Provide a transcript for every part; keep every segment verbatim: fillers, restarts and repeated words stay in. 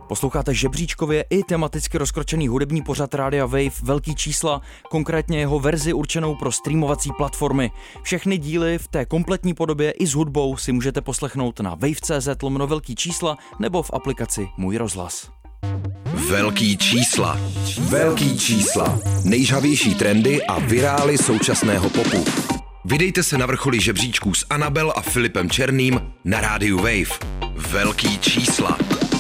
Posloucháte žebříčkově i tematicky rozkročený hudební pořad Rádia Wave Velký čísla, konkrétně jeho verzi určenou pro streamovací platformy. Všechny díly v té kompletní podobě i s hudbou si můžete poslechnout na wave tečka cz lomeno velký čísla nebo v aplikaci Můj rozhlas. Velký čísla. Velký čísla. Nejžhavější trendy a virály současného popu. Vydejte se na vrcholy žebříčků s Anabel a Filipem Černým na rádiu Wave. Velký čísla.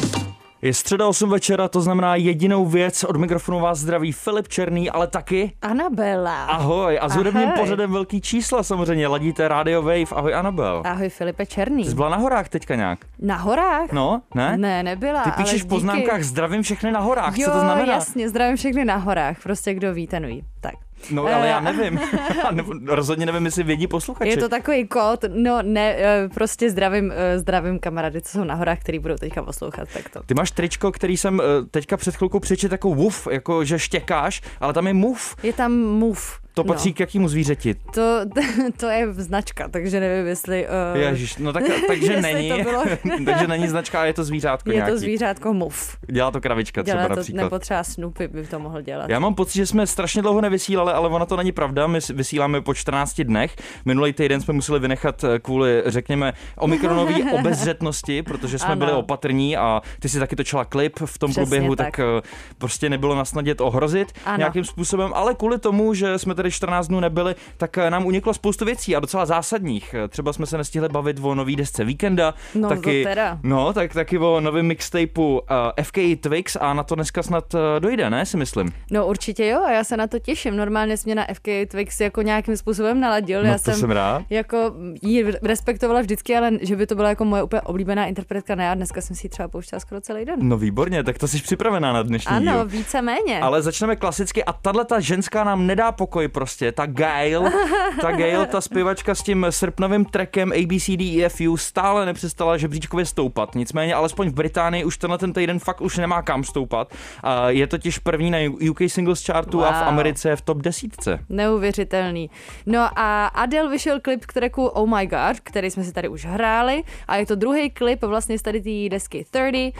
Je středa osm večera, to znamená jedinou věc. Od mikrofonu vás zdraví Filip Černý, ale taky Anabela. Ahoj, a s hudebním pořadem Velký čísla samozřejmě ladíte Radio Wave. Ahoj Anabel. Ahoj Filipe Černý. Jsi byla na horách teďka nějak? Na horách? No, ne? Ne, nebyla. Ty píšeš v poznámkách zdravím všechny na horách, jo, co to znamená? Jasně, zdravím všechny na horách, prostě kdo ví, ten ví. Tak. No, ale já nevím. Rozhodně nevím, jestli vědí posluchači. Je to takový kód, no ne, prostě zdravím, zdravím kamarády, co jsou na horách, který budou teďka poslouchat, tak to. Ty máš tričko, který jsem teďka před chvilkou přečet jako woof, jako že štěkáš, ale tam je muf. Je tam muf. To patří no. k jakýmu zvířeti? To, to je značka, takže nevím, jestli... Uh, Ježiš, no tak, takže není. To bylo... takže není značka, a je to zvířátko je nějaký. Je to zvířátko muf. Dělá to kravička Dělá třeba to, například. Nebo třeba Snoopy by to mohl dělat. Já mám pocit, že jsme strašně dlouho nevysílali, ale ono to není pravda. My vysíláme po čtrnácti dnech. Minulý týden jsme museli vynechat kvůli, řekněme, omikronové obezřetnosti, protože jsme ano. byli opatrní a ty si taky točila klip v tom Přesně průběhu, tak. tak prostě nebylo nasnadě to ohrozit ano. nějakým způsobem, ale kvůli tomu, že jsme tady čtrnáct dnů nebyli, tak nám uniklo spoustu věcí a docela zásadních. Třeba jsme se nestihli bavit o nový desce Weekenda, no, taky, to teda. no, tak, taky o novém mixtapeu uh, F K Twigs a na to dneska snad uh, dojde, ne, si myslím. No určitě jo, a já se na to těším. Normálně jsi mě na F K Twigs jako nějakým způsobem naladil. No, já to jsem, jsem rád. Jako ji respektovala vždycky, ale že by to byla jako moje úplně oblíbená interpretka, ne, a dneska jsem si ji třeba pouštěla skoro celý den. No výborně, tak to jsi připravená na dnešní díl. Ano, víceméně. Ale začneme klasicky a tahle ta ženská nám nedá pokoj prostě, ta Gail, ta Gail, ta zpěvačka s tím srpnovým trackem A B C D E F U stále nepřestala žebříčkově stoupat. Nicméně alespoň v Británii už tenhle ten týden fakt už nemá kam stoupat. Je totiž první na U K Singles Chartu wow. a v Americe v top desítce. Neuvěřitelný. No a Adele vyšel klip k tracku Oh My God, který jsme si tady už hráli, a je to druhý klip vlastně z tady té desky třicet.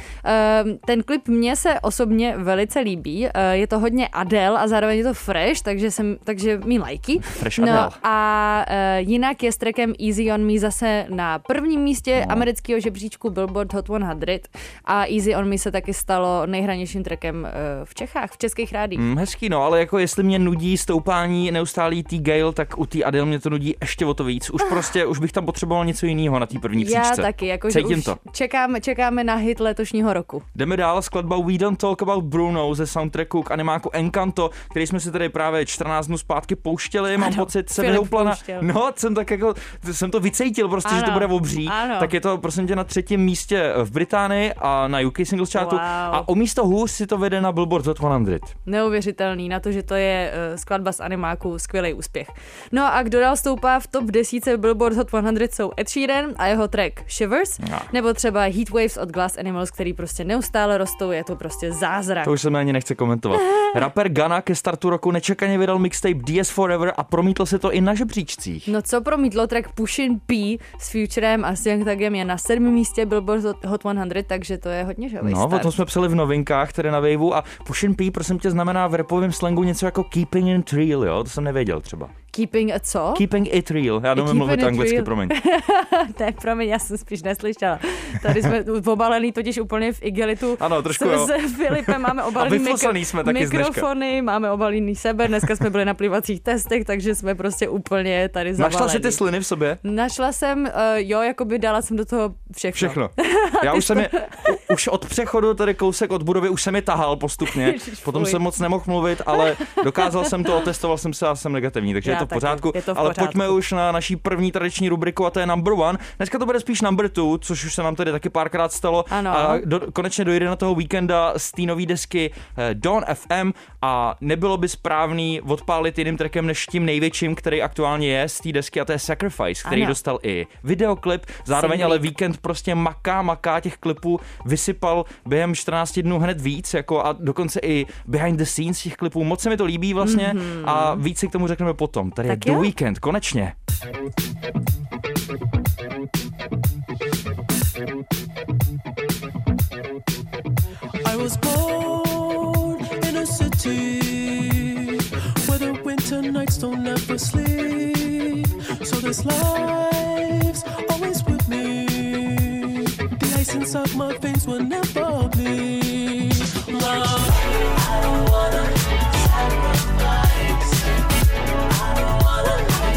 Ten klip mně se osobně velice líbí. Je to hodně Adele a zároveň je to fresh, takže jsem, takže mi lajky. Fresh no Adele. A uh, jinak je s trackem Easy on Me zase na prvním místě no. amerického žebříčku Billboard Hot sto a Easy on Me se taky stalo nejhranějším trackem uh, v Čechách, v českých rádích. Mm, hezký, no, ale jako jestli mě nudí stoupání neustálý tý Gail, tak u tý Adele mě to nudí ještě o to víc. Už prostě, už bych tam potřeboval něco jiného na té první příčce. Já taky, jakože už to. Čekáme, čekáme na hit letošního roku. Jdeme dál, skladba We Don't Talk About Bruno ze soundtracku k animáku Encanto, který jsme si tady právě čtrnáct dnů zpátky pouštěli. Mám ano, pocit, se vyhoupla na... No, jsem tak jako, jsem to vycítil prostě, ano, že to bude obří. Ano. Tak je to prosím tě na třetím místě v Británii a na U K Singles Chartu. Wow. A o místo hůř si to vede na Billboard Hot sto. Neuvěřitelný, na to, že to je uh, skladba z animáku, skvělý úspěch. No a kdo dál stoupá v top desítce Billboard Hot sto jsou Ed Sheeran a jeho track Shivers, no. nebo třeba Heat Waves od Glass Animals, který prostě neustále rostou, je to prostě zázrak. To už se mi ani nechce komentovat. Rapper Gunna ke startu roku nečekaně vydal mixtape D S Forever a promítl se to i na žebříčcích. No co promítlo, track Pushin P s Futurem a s Young Thugem je na sedmém místě Billboard Hot sto, takže to je hodně žavý No, start. o tom jsme psali v novinkách, které na Waveu, a Pushin P, prosím tě, znamená v rapovém slangu něco jako keeping it real, jo? To jsem nevěděl třeba. Keeping a co? Keeping it real. Já domím mluvit anglicky, real. promiň. Ne, promiň, já jsem spíš neslyšela. Tady jsme obalený totiž úplně v igelitu. Ano, trošku s, s Filipem máme obalený mikro, jsme taky mikrofony, máme obalený sebe, dneska jsme byli na plivacích testech, takže jsme prostě úplně tady zavalení. Našla jsi ty sliny v sobě? Našla jsem, uh, jo, jakoby dala jsem do toho všechno. Všechno. Já už jsem je, u, už od přechodu tady kousek od budovy, už jsem je tahal postupně. Ježiš, Potom jsem moc nemohl mluvit, ale dokázal jsem to, otestoval jsem se a jsem negativní, takže Já je to v taky, pořádku. je to v ale pořádku. pojďme už na naší první tradiční rubriku a to je number one. Dneska to bude spíš number two, což už se nám tady taky párkrát stalo. Ano. A do, konečně dojde na toho Weekenda z té nový desky eh, Dawn F M a nebylo by správný odpálit jiným trackem než tím největším, který aktuálně je z té desky, a to je Sacrifice, který ano. dostal i videoklip, zároveň Singlik. Ale Weekend prostě maká, maká těch klipů, vysypal během čtrnácti dnů hned víc, jako a dokonce i behind the scenes těch klipů. Moc se mi to líbí vlastně mm-hmm. a víc si k tomu řekneme potom. Tady tak je jo? The Weekend, konečně. was born in a city where the winter nights don't ever sleep. So this life's always with me. The ice inside my veins will never bleed. Love, I don't wanna sacrifice. I don't wanna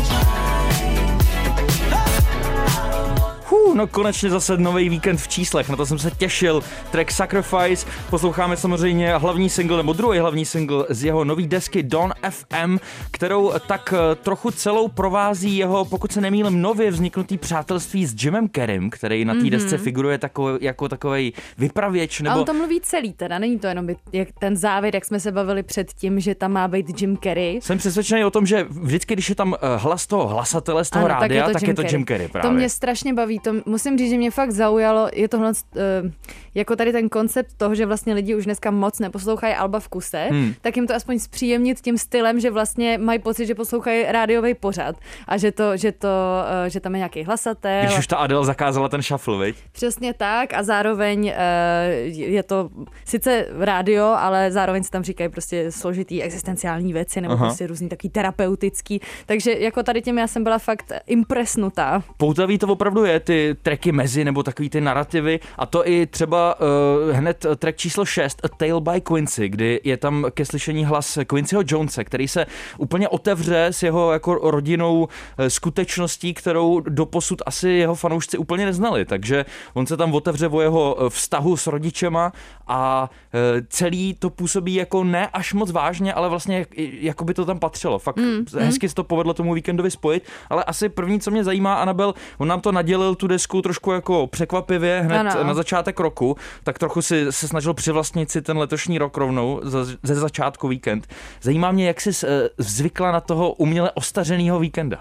Hů, no konečně zase nový víkend v číslech, na to jsem se těšil. Track Sacrifice, posloucháme samozřejmě hlavní single, nebo druhý hlavní single z jeho nový desky Dawn F M, kterou tak trochu celou provází jeho, pokud se nemýlím, nově vzniknutý přátelství s Jimem Carreym, který na té mm-hmm. desce figuruje takový, jako takovej vypravěč. Nebo... A on to mluví celý teda, není to jenom jak ten závěr, jak jsme se bavili předtím, že tam má být Jim Carrey. Jsem přesvědčený o tom, že vždycky, když je tam hlas toho hlasatele z toho ano, rádia, tak je to, tak Jim, je to Jim, Jim Carrey právě. To mě strašně baví, to musím říct, že mě fakt zaujalo, je tohle uh, jako tady ten koncept toho, že vlastně lidi už dneska moc neposlouchají alba v kuse, hmm. tak jim to aspoň zpříjemnit tím stylem, že vlastně mají pocit, že poslouchají rádiový pořad a že to, že to, uh, že tam je nějaký hlasatel. Když už ta Adele zakázala ten shuffle, viď? Přesně tak a zároveň uh, je to sice rádio, ale zároveň se tam říkají prostě složitý existenciální věci nebo Aha. prostě různý takový terapeutický, takže jako tady tím já jsem byla fakt impresnutá. Poutavý to opravdu je, ty tracky mezi nebo takový ty narrativy a to i třeba uh, hned track číslo šest A Tale by Quincy, kdy je tam ke slyšení hlas Quincyho Jonese, který se úplně otevře s jeho jako rodinou uh, skutečností, kterou doposud asi jeho fanoušci úplně neznali, takže on se tam otevře o jeho vztahu s rodičema a uh, celý to působí jako ne až moc vážně, ale vlastně jako by to tam patřilo. Fakt mm, hezky mm. se to povedlo tomu víkendovi spojit, ale asi první, co mě zajímá, Anabel, on nám to nadělil tu desku trošku jako překvapivě hned ano. na začátek roku, tak trochu si se snažil přivlastnit si ten letošní rok rovnou ze začátku víkend. Zajímá mě, jak jsi zvykla na toho uměle ostařenýho víkenda.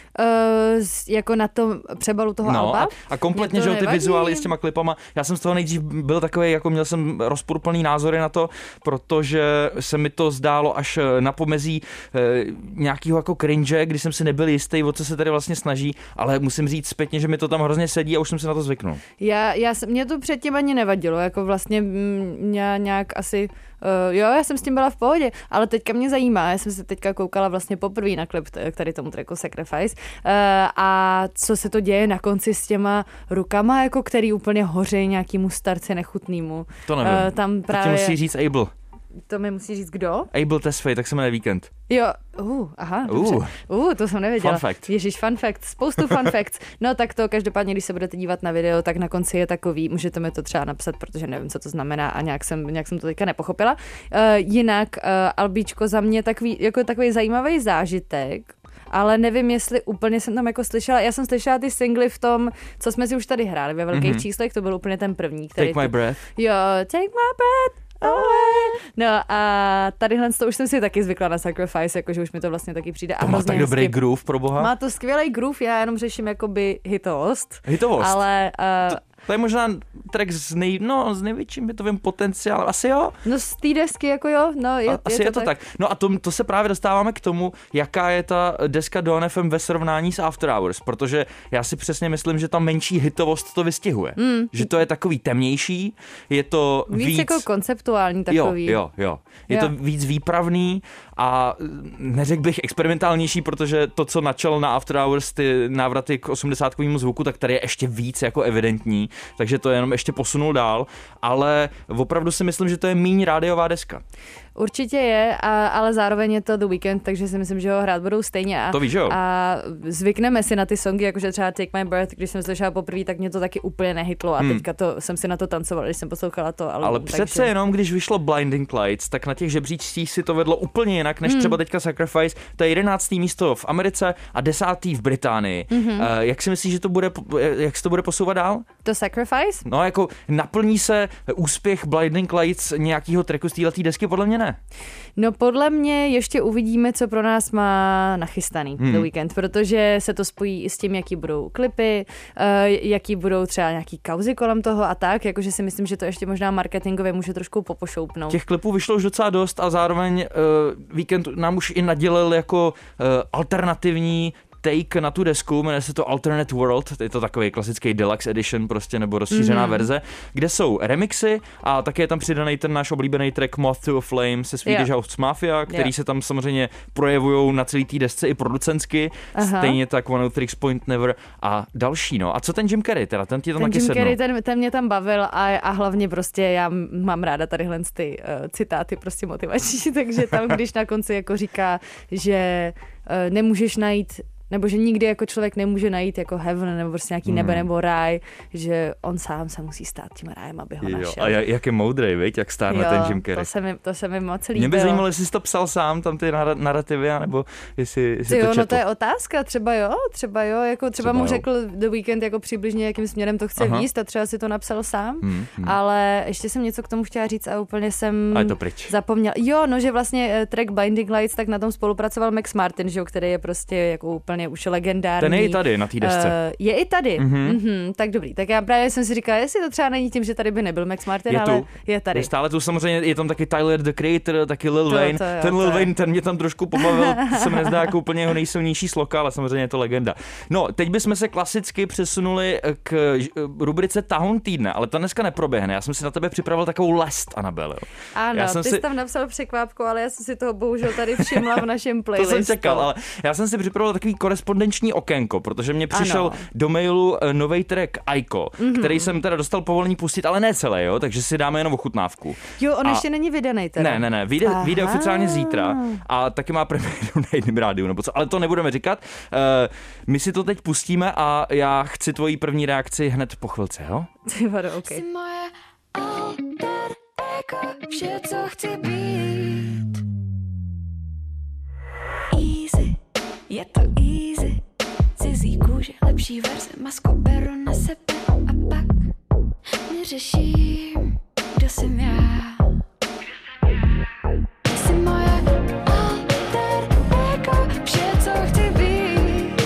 Uh, jako na tom přebalu toho no, alba. A, a kompletně, že ty vizuály s těma klipama. Já jsem z toho nejdřív byl takový, jako měl jsem rozporuplný názory na to, protože se mi to zdálo až na pomezí eh, nějakého jako cringe, když jsem si nebyl jistý, o co se tady vlastně snaží, ale musím říct zpětně, že mi to tam hrozně sedí a už jsem se na to zvyknul. Já, já mě to předtím ani nevadilo, jako vlastně mě nějak asi Uh, jo, já jsem s tím byla v pohodě, ale teďka mě zajímá, já jsem se teďka koukala vlastně poprvé na klip k tady tomu tracku Sacrifice uh, a co se to děje na konci s těma rukama, jako který úplně hoří nějakému starci nechutnýmu. To nevím, uh, tam právě... to ti musí říct Abel. To mi musí říct kdo? Abel Tesfaye, tak se jmenuje Víkend. Jo, uh, aha, dobře. Uh, uh, to jsem nevěděla. Fun fact. Ježíš, fun fact, spoustu fun facts. No tak to každopádně, když se budete dívat na video, tak na konci je takový, můžete mi to třeba napsat, protože nevím, co to znamená a nějak jsem, nějak jsem to teďka nepochopila. Uh, jinak, uh, Albíčko, za mě takový, jako takový zajímavý zážitek, ale nevím, jestli úplně jsem tam jako slyšela. Já jsem slyšela ty singly v tom, co jsme si už tady hráli ve velkých mm-hmm. číslech, to byl úplně ten první. Který Take my tu... breath. Jo, Take my breath. Oh, no a tadyhle to už jsem si taky zvykla na Sacrifice, jakože už mi to vlastně taky přijde. To a má tak dobrý hezky. Groove, pro boha. Má to skvělý groove, já jenom řeším jakoby hitovost. Hitovost? Ale... Uh, to, to je možná track s, nej, no, s největším hitovým potenciálem, asi jo? No z té desky jako jo, no je, a, asi je to, je to tak. tak. No a to, to se právě dostáváme k tomu, jaká je ta deska Dawn F M ve srovnání s After Hours, protože já si přesně myslím, že ta menší hitovost to vystihuje. Mm. Že to je takový temnější, je to víc... Víc jako konceptuální takový. Jo, jo, jo. Je jo. to víc výpravný a neřekl bych experimentálnější, protože to, co načal na After Hours, ty návraty k osmdesátkovému zvuku, tak tady je ještě víc jako evidentní, takže to jenom ještě posunul dál, ale opravdu si myslím, že to je míň rádiová deska. Určitě je, a, ale zároveň je to The Weeknd, takže si myslím, že ho hrát budou stejně. A, to víš, jo. A zvykneme si na ty songy, jakože třeba Take My Breath, když jsem slyšela poprvé, tak mě to taky úplně nehytlo a hmm. teďka to, jsem si na to tancovala, když jsem poslouchala to album. Ale přece takže... jenom, když vyšlo Blinding Lights, tak na těch žebříčcích si to vedlo úplně jinak, než hmm. třeba teďka Sacrifice. To je jedenáctý místo v Americe a desátý v Británii. Hmm. Uh, jak si myslíš, že to bude, jak se to bude posouvat dál? To Sacrifice? No, jako naplní se úspěch Blinding Lights nějakýho tracku z této desky? Podle mě ne. No podle mě ještě uvidíme, co pro nás má nachystaný hmm. The Weeknd, protože se to spojí i s tím, jaký budou klipy, uh, jaký budou třeba nějaký kauzy kolem toho a tak, jakože si myslím, že to ještě možná marketingově může trošku popošoupnout. Těch klipů vyšlo už docela dost a zároveň uh, Weeknd nám už i nadělil jako uh, alternativní take na tu desku, jmenuje se to Alternate World, je to takový klasický deluxe edition prostě, nebo rozšířená mm. verze, kde jsou remixy a také je tam přidaný ten náš oblíbený track Moth to a Flame se Swedish yeah. House Mafia, který yeah. se tam samozřejmě projevují na celý té desce i producentsky, Aha. stejně tak One oh three Point Never a další, no. A co ten Jim Carrey, teda, ten ti tam ten taky Jim sednul? Carrey, ten, ten mě tam bavil a, a hlavně prostě já mám ráda tadyhle ty uh, citáty prostě motivační, takže tam, když na konci jako říká, že uh, nemůžeš najít nebo že nikdy jako člověk nemůže najít jako heaven nebo prostě nějaký nebe hmm. nebo ráj, že on sám se musí stát tím rájem, aby ho našel. Jo, a jak je moudrej, viď, jak stárne ten Jim Carrey. To se mi, to se mi moc líbilo. Mě by zajímalo, jestli jsi to psal sám, tam ty narrativy, nebo jestli, jestli jo, to četl. No to je otázka, třeba jo, třeba jo, jako třeba, třeba mu jo. řekl The Weeknd jako přibližně, jakým směrem to chce Aha. víst a třeba si to napsal sám, hmm, hmm. ale ještě jsem něco k tomu chtěla říct a úplně jsem a je to pryč. Zapomněla. Jo, no, že vlastně track Blinding Lights, tak na tom spolupracoval Max Martin, že, který je prostě jako úplně už legendární. Ten je i tady na té desce. Uh, je i tady. Mm-hmm. Mm-hmm, tak dobrý. Tak já právě jsem si říkala, jestli to třeba není tím, že tady by nebyl Max Martin, je ale tu. je tady. Je stále tu samozřejmě, je tam taky Tyler the Creator, taky Lil to, Wayne. To, jo, ten Lil Wayne, ten mě tam trošku pobavil, se mi nezdá jako úplně jeho nejsilnější sloka, ale samozřejmě je to legenda. No, teď bychom se klasicky přesunuli k rubrice Tahoun týdne, ale ta dneska neproběhne. Já jsem si na tebe připravil takovou lest, Anabel. Ano, já jsem ty si... jsi tam napsal překvápku, ale já jsem si toho bohužel tady všimla v našem playlistu. To jsem čekal, ale já jsem si připravil takový korespondenční okénko, protože mě přišel ano. do mailu nový track Aiko, mm-hmm. který jsem teda dostal povolení pustit, ale ne celé, jo, takže si dáme jenom ochutnávku. Jo, on a... ještě není vydaný teda. Ne, ne, ne, vyjde, vyjde oficiálně zítra a taky má premiéru na jednom rádiu, nebo co, ale to nebudeme říkat. Uh, my si to teď pustíme a já chci tvoji první reakci hned po chvilce, jo? Ty vado, ok. Jsi moje alter ego, vše, co chci být. Easy, je to easy. Cizí kůže, lepší verze, masko beru na sebe a pak neřeším, kdo jsem já. Jsi moje alter ego, vše, co chci být.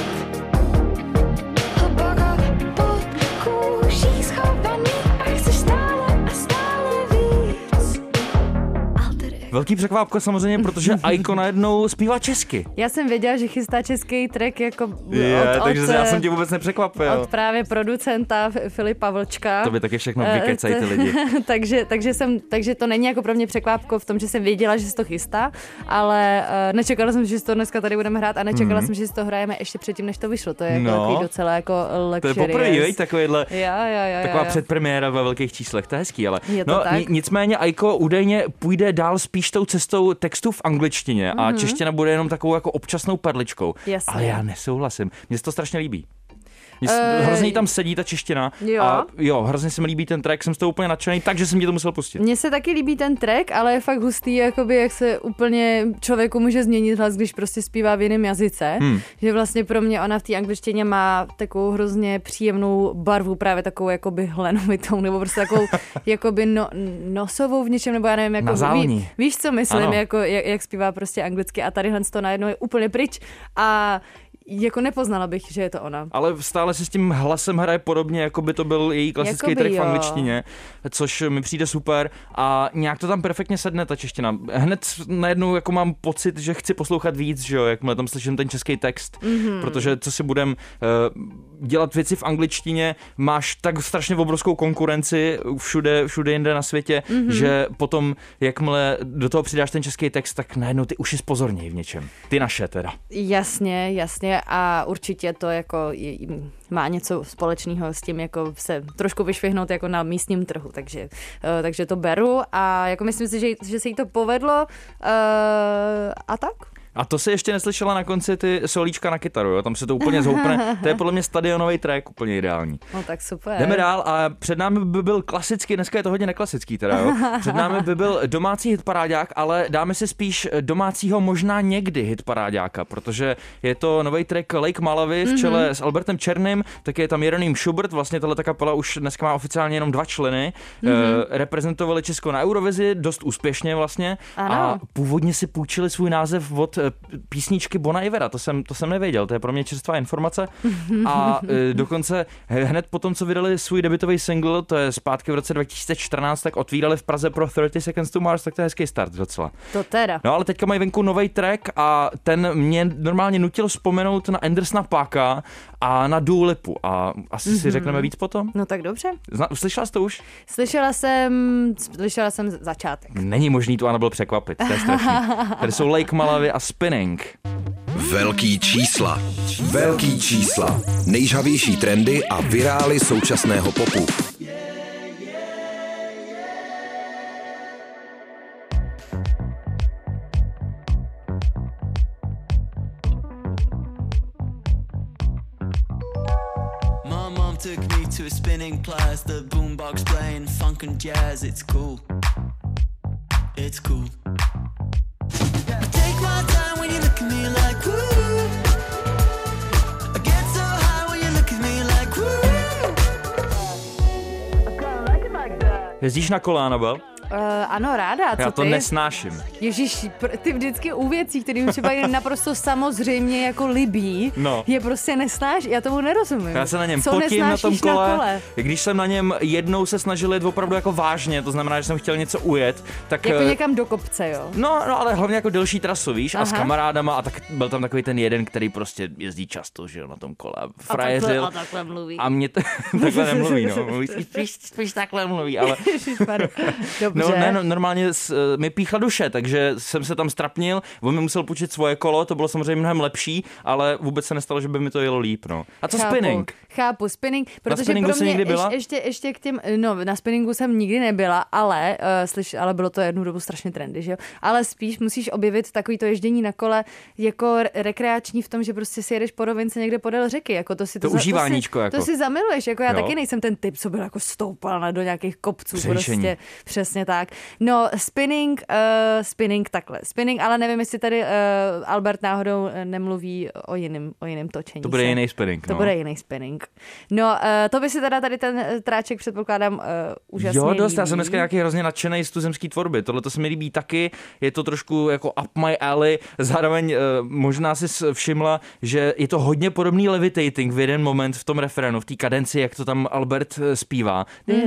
Hluboko pod kůží schovaný a chceš stále a stále víc. Alter ego. Velký překvápko samozřejmě, protože Aiko najednou zpívá česky. Já jsem věděla, že chystá český track jako je, od, takže od, já jsem tě vůbec nepřekvapil. Od právě producenta Filipa Vlčka. To by taky všechno vykecají ty lidi. takže, takže, jsem, takže to není jako pro mě překvápko v tom, že jsem věděla, že se to chystá, ale uh, nečekala jsem, že si to dneska tady budeme hrát a nečekala mm. jsem, že si to hrajeme ještě předtím, než to vyšlo. To je jako no, takový docela jako luxurious. To je poprvé, veď, takovýhle, ja, ja, ja, taková ja. předpremiéra ve velkých číslech, to je hezký, ale je to no, tak? Nicméně Aiko údajně půjde dál spíš tou cestou textů v angličtině mm-hmm. a čeština bude jenom takovou jako občasnou perličkou. Jasně. Ale já nesouhlasím. Mně se to strašně líbí. Mně uh, hrozně tam sedí ta čeština jo. a jo, hrozně se mi líbí ten track, jsem z toho úplně nadšený, takže jsem ti to musel pustit. Mně se taky líbí ten track, ale je fakt hustý, jakoby, jak se úplně člověku může změnit hlas, když prostě zpívá v jiném jazyce. Hmm. Že vlastně pro mě ona v té angličtině má takovou hrozně příjemnou barvu, právě takovou jakoby hlenovitou, nebo prostě takovou jakoby no, nosovou v něčem, nebo já nevím, jako ví, víš, co myslím, jako, jak, jak zpívá prostě anglicky a tadyhle to najednou je úplně pryč a jako nepoznala bych, že je to ona. Ale stále si s tím hlasem hraje podobně, jako by to byl její klasický Jakoby track v angličtině, což mi přijde super a nějak to tam perfektně sedne ta čeština. Hned najednou jako mám pocit, že chci poslouchat víc, že jo, jakmile tam slyším ten český text, mm-hmm. protože co si budem uh, dělat věci v angličtině, máš tak strašně obrovskou konkurenci všude, všude jinde na světě, mm-hmm. že potom, jakmile do toho přidáš ten český text, tak najednou ty uši zpozorněj v něčem. Ty naše teda. Jasně, jasně. A určitě to jako má něco společného s tím, jako se trošku vyšvihnout jako na místním trhu, takže, takže to beru a jako myslím si, že, že se jí to povedlo a tak. A to se ještě neslyšela na konci ty solíčka na kytaru, jo? Tam se to úplně zhoupne. To je podle mě stadionový track, úplně ideální. No tak super. Jdeme dál a před námi by byl klasický, dneska je to hodně neklasický teda, jo? Před námi by byl domácí hitparáďák, ale dáme si spíš domácího možná někdy hitparáďáka, protože je to nový track Lake Malawi v čele mm-hmm. s Albertem Černým, taky je tam Jeroným Schubert, vlastně tato kapela už dneska má oficiálně jenom dva členy, mm-hmm. e, reprezentovali Česko na Eurovizi, dost úspěšně vlastně. Ano. A původně si půjčili svůj název od písničky Bona Ivera, to jsem, to jsem nevěděl, to je pro mě čerstvá informace. A e, dokonce hned po tom, co vydali svůj debutový single, to je zpátky v roce dva tisíce čtrnáct, tak otvírali v Praze pro třicet Seconds to Mars, tak to je hezký start docela. To teda. No ale teďka mají venku nový track a ten mě normálně nutil vzpomenout na Andersona Paaka a na Dua Lipu a asi mm-hmm. si řekneme víc potom. No tak dobře. Zna, slyšela jsi to už? Slyšela jsem, slyšela jsem začátek. Není možný tu Anabel překvapit, to je strašný. Tady jsou Lake Malawi a Spinning. Velký čísla. Velký čísla. Nejžhavější trendy a virály současného popu. Took me to a spinning place, the boombox playing funk and jazz. It's cool, it's cool. I take my time when you look at me like woo. I get so high when you look at me like woo. I kinda like it like that. Jezdíš na kole, Anabel? Uh, ano, ráda. Co Já to ty? nesnáším. Ježíš, ty vždycky u věcí, kterým třeba jen naprosto samozřejmě jako libí, no. je prostě nesnáš, já tomu nerozumím. Já se na něm Co potím na tom kole. Na kole? Když jsem na něm jednou se snažil jet opravdu jako vážně, to znamená, že jsem chtěl něco ujet, tak... Jako někam do kopce, jo? No, no ale hlavně jako delší trasu, víš, Aha. a s kamarádama a tak byl tam takový ten jeden, který prostě jezdí často, že jo, na tom kole. Frajeřil. A takhle, a takhle mluví. A mě to, takhle nemluví, no. Mluví, spíš, spíš takhle mluví, ale... Dobře. No ne, no, normálně s, mi píchla duše, takže jsem se tam strapnil, on mi musel půjčit svoje kolo, to bylo samozřejmě mnohem lepší, ale vůbec se nestalo, že by mi to jelo líp, no. A co chápu, spinning? Chápu, spinning, protože spinningu pro jsi mě někdy byla? Ještě, ještě, ještě k těm, no na spinningu jsem nikdy nebyla, ale, uh, slyš, ale bylo to jednu dobu strašně trendy, že jo, ale spíš musíš objevit takový to ježdění na kole jako rekreační v tom, že prostě si jedeš po rovince někde podél řeky, jako to si to, to užíváníčko, to si, jako. to si zamiluješ, jako já jo. taky nejsem ten typ, co byl jako stoupal na do nějakých kopců, Přešení. prostě, přesně tak. No, spinning, uh, spinning takhle, spinning, ale nevím, jestli tady uh, Albert náhodou nemluví o jiném, o jiném točení. To bude se. jiný spinning, To no. bude jiný spinning. No, uh, to by si teda tady ten tráček předpokládám uh, úžasně Jo, dost, líbí. já jsem dneska nějaký hrozně nadšený z tuzemský tvorby. Tohle to se mi líbí taky, je to trošku jako up my alley. Zároveň uh, možná si všimla, že je to hodně podobný Levitating v jeden moment v tom refrénu, v té kadenci, jak to tam Albert uh, zpívá.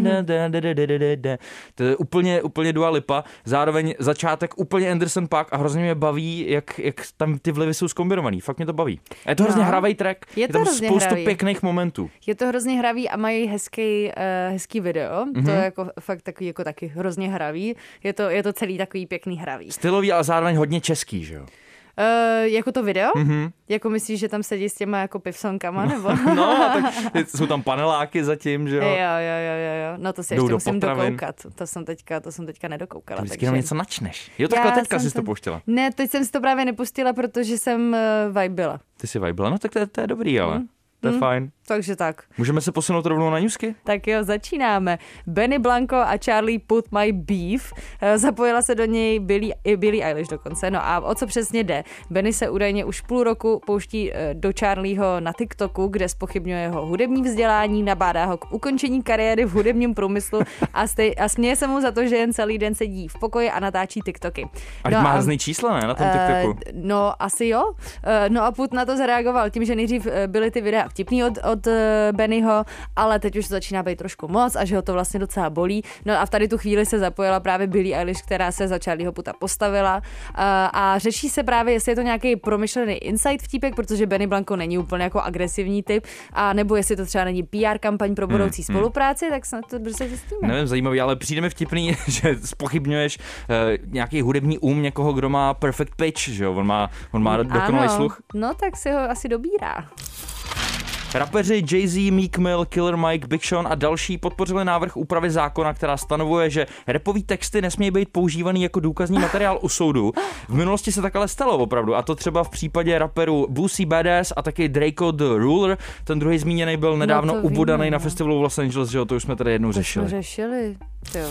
Mm-hmm. To je úplně, úplně Dua Lipa. Zároveň začátek úplně Anderson Paak a hrozně mě baví, jak, jak tam ty vlivy jsou zkombinovaný. Fakt mě to baví. A je to hrozně No. hravej track. Je Je to tam hrozně spoustu hravý. pěkných momentů. Je to hrozně hravý a mají hezký, uh, hezký video. Mm-hmm. To je jako fakt takový, jako taky hrozně hravý. Je to, je to celý takový pěkný hravý. Stylový, ale zároveň hodně český, že jo? Uh, jako to video? Mhm. Jako myslíš, že tam sedí s těma jako pivsonkama, nebo? No, tak jsou tam paneláky zatím, že jo? Jo, jo, jo, jo, jo. No to si Jdou ještě do musím potravin. dokoukat. To jsem teďka, to jsem teďka nedokoukala. Vždycky takže... nám něco načneš. Jo, takhle Já teďka jsem jsi to sem- pouštěla. Ne, teď jsem si to právě nepustila, protože jsem uh, vibila. Ty jsi vibila, no tak to je, to je dobrý, ale Mm. to je Mm. fajn. Takže tak. Můžeme se posunout rovnou na newsky? Tak jo, začínáme. Benny Blanco a Charlie Put My Beef. Eh, Zapojila se do něj Billie, i Billie Eilish dokonce. No a o co přesně jde? Benny se údajně už půl roku pouští eh, do Charlieho na TikToku, kde zpochybňuje jeho hudební vzdělání, nabádá ho k ukončení kariéry v hudebním průmyslu a, stej, a směje se mu za to, že jen celý den sedí v pokoji a natáčí TikToky. Ať No má a- hrozný čísla, ne, na tom Eh, TikToku. No, asi jo. Eh, No a Put na to zareagoval tím, že nejdřív eh, byly ty videa vtipný od, od eh, Bennyho, ale teď už to začíná být trošku moc a že ho to vlastně docela bolí. No a v tady tu chvíli se zapojila právě Billie Eilish, která se za Charlieho Puta postavila eh, a řeší se právě, jestli je to nějaký promyšlený insight vtípek, protože Benny Blanco není úplně jako agresivní typ, a nebo jestli to třeba není P R kampaň pro budoucí Hmm, spolupráci, tak snad to brzy zjistíme. Nevím, zajímavý, ale přijde mi vtipný, že spochybňuješ uh, nějaký hudební um někoho, kdo má perfect pitch, že jo? On má, on má dokonalý Ano, sluch. no tak si ho asi dobírá. Rapeři Jay-Z, Meek Mill, Killer Mike, Big Sean a další podpořili návrh úpravy zákona, která stanovuje, že rapový texty nesmějí být používaný jako důkazní materiál u soudu. V minulosti se tak ale stalo opravdu, a to třeba v případě raperů Boosie Badass a taky Draco The Ruler. Ten druhý zmíněný byl nedávno No to ubodaný víme, na no. festivalu v Los Angeles, že jo, to už jsme tady jednou To řešili. jsme řešili. Jo,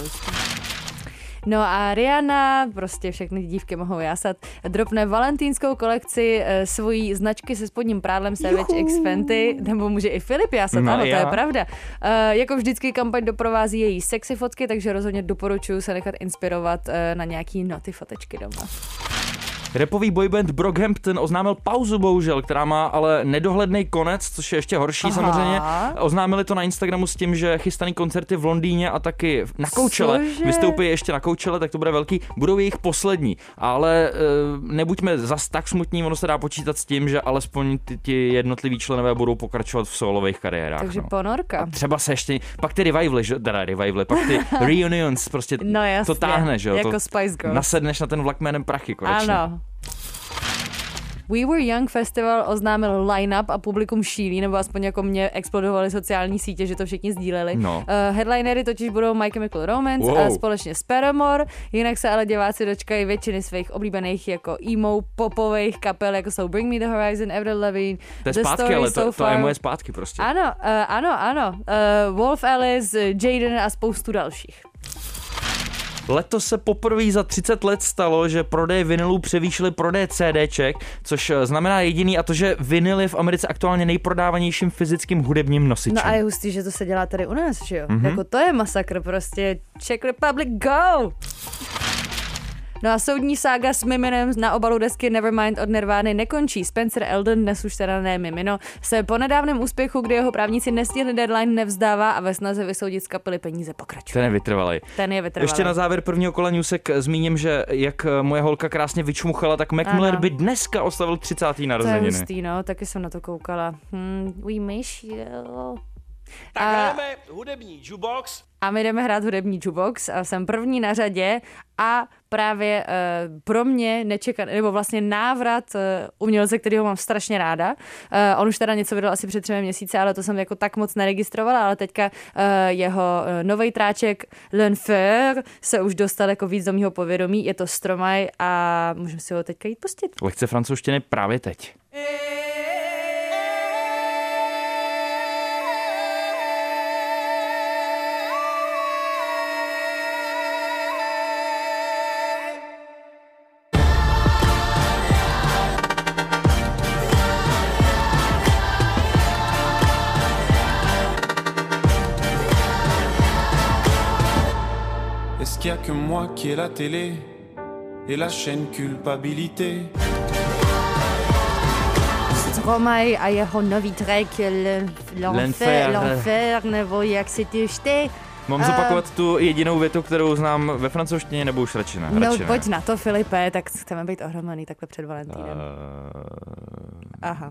No a Rihanna, prostě všechny dívky mohou jásat, dropne valentínskou kolekci e, svojí značky se spodním prádlem Savage X Fenty, nebo může i Filip jásat, No, ano, já. to je pravda. E, jako vždycky kampaň doprovází její sexy fotky, takže rozhodně doporučuji se nechat inspirovat e, na nějaký noty fotečky doma. Rapový boyband Brockhampton oznámil pauzu, bohužel, která má ale nedohledný konec, což je ještě horší. Aha. Samozřejmě. Oznámili to na Instagramu s tím, že chystaný koncerty v Londýně a taky na Coachelle vystoupí ještě na Coachelle, tak to bude velký, budou jejich poslední. Ale e, nebuďme zas tak smutní, ono se dá počítat s tím, že alespoň ty, ty jednotliví členové budou pokračovat v solových kariérách. Takže no. ponorka. A třeba se ještě, pak ty revivaly, že, teda revivaly, pak ty reunions, prostě no jasně, to táhne, že jo. Jako to Spice Girls. Nasedneš na ten vlak jménem Prachy konečně. Ano. We Were Young Festival oznámil line-up a publikum šílí, nebo aspoň jako mě explodovaly sociální sítě, že to všichni sdíleli. No. Uh, headlinery totiž budou My Chemical Romance wow. a společně s Paramore, jinak se ale diváci dočkají většiny svých oblíbených jako emo popových kapel, jako jsou Bring Me the Horizon, Avril Lavigne, to je The zpátky, Story ale So to, Far. to emo je zpátky prostě. Ano, uh, ano, ano. Uh, Wolf Alice, Jaden a spoustu dalších. Letos se poprvé za třicet let stalo, že prodeje vinylů převýšily prodeje CDček, což znamená jediný a to, že vinyl je v Americe aktuálně nejprodávanějším fyzickým hudebním nosičem. No a je hustý, že to se dělá tady u nás, že jo? Mm-hmm. Jako to je masakr prostě. Czech Republic, go! No a soudní sága s Miminem na obalu desky Nevermind od Nirvány nekončí. Spencer Eldon, dnes už teda ne Mimino, se po nedávném úspěchu, kdy jeho právníci nestihli deadline, nevzdává a ve snaze vysoudit z kapely peníze pokračuje. Ten je vytrvalej. Ten je vytrvalej. Ještě na závěr prvního kola newsek zmíním, že jak moje holka krásně vyčmuchala, tak Mac Miller by dneska oslavil třicáté narozeniny. To je hustý, no, taky jsem na to koukala. Hmm, we miss you. Tak a... hrajeme hudební jukebox. A my jdeme hrát hudební jukebox a jsem první na řadě a právě uh, pro mě nečekaný, nebo vlastně návrat uh, umělce, kterýho mám strašně ráda. Uh, on už teda něco vydal asi před třemi měsíci, ale to jsem jako tak moc neregistrovala, ale teďka uh, jeho uh, novej tráček L'Enfer se už dostal jako víc do mýho povědomí. Je to Stromae a můžeme si ho teďka jít pustit. Lekce francouzštiny právě teď. Est-ce qu'il y a que moi qui ai la télé et la chaîne culpabilité? Stromae a jeho nový track L'Enfer, L'Enfer, nebo jak se ty čte. Mám uh, zopakovat tu jedinou větu, kterou znám ve francouzštině, nebo už radši ne? No radši pojď ne. na to, Filipe, tak chceme být ohromený takhle před Valentínem. Uh... Aha.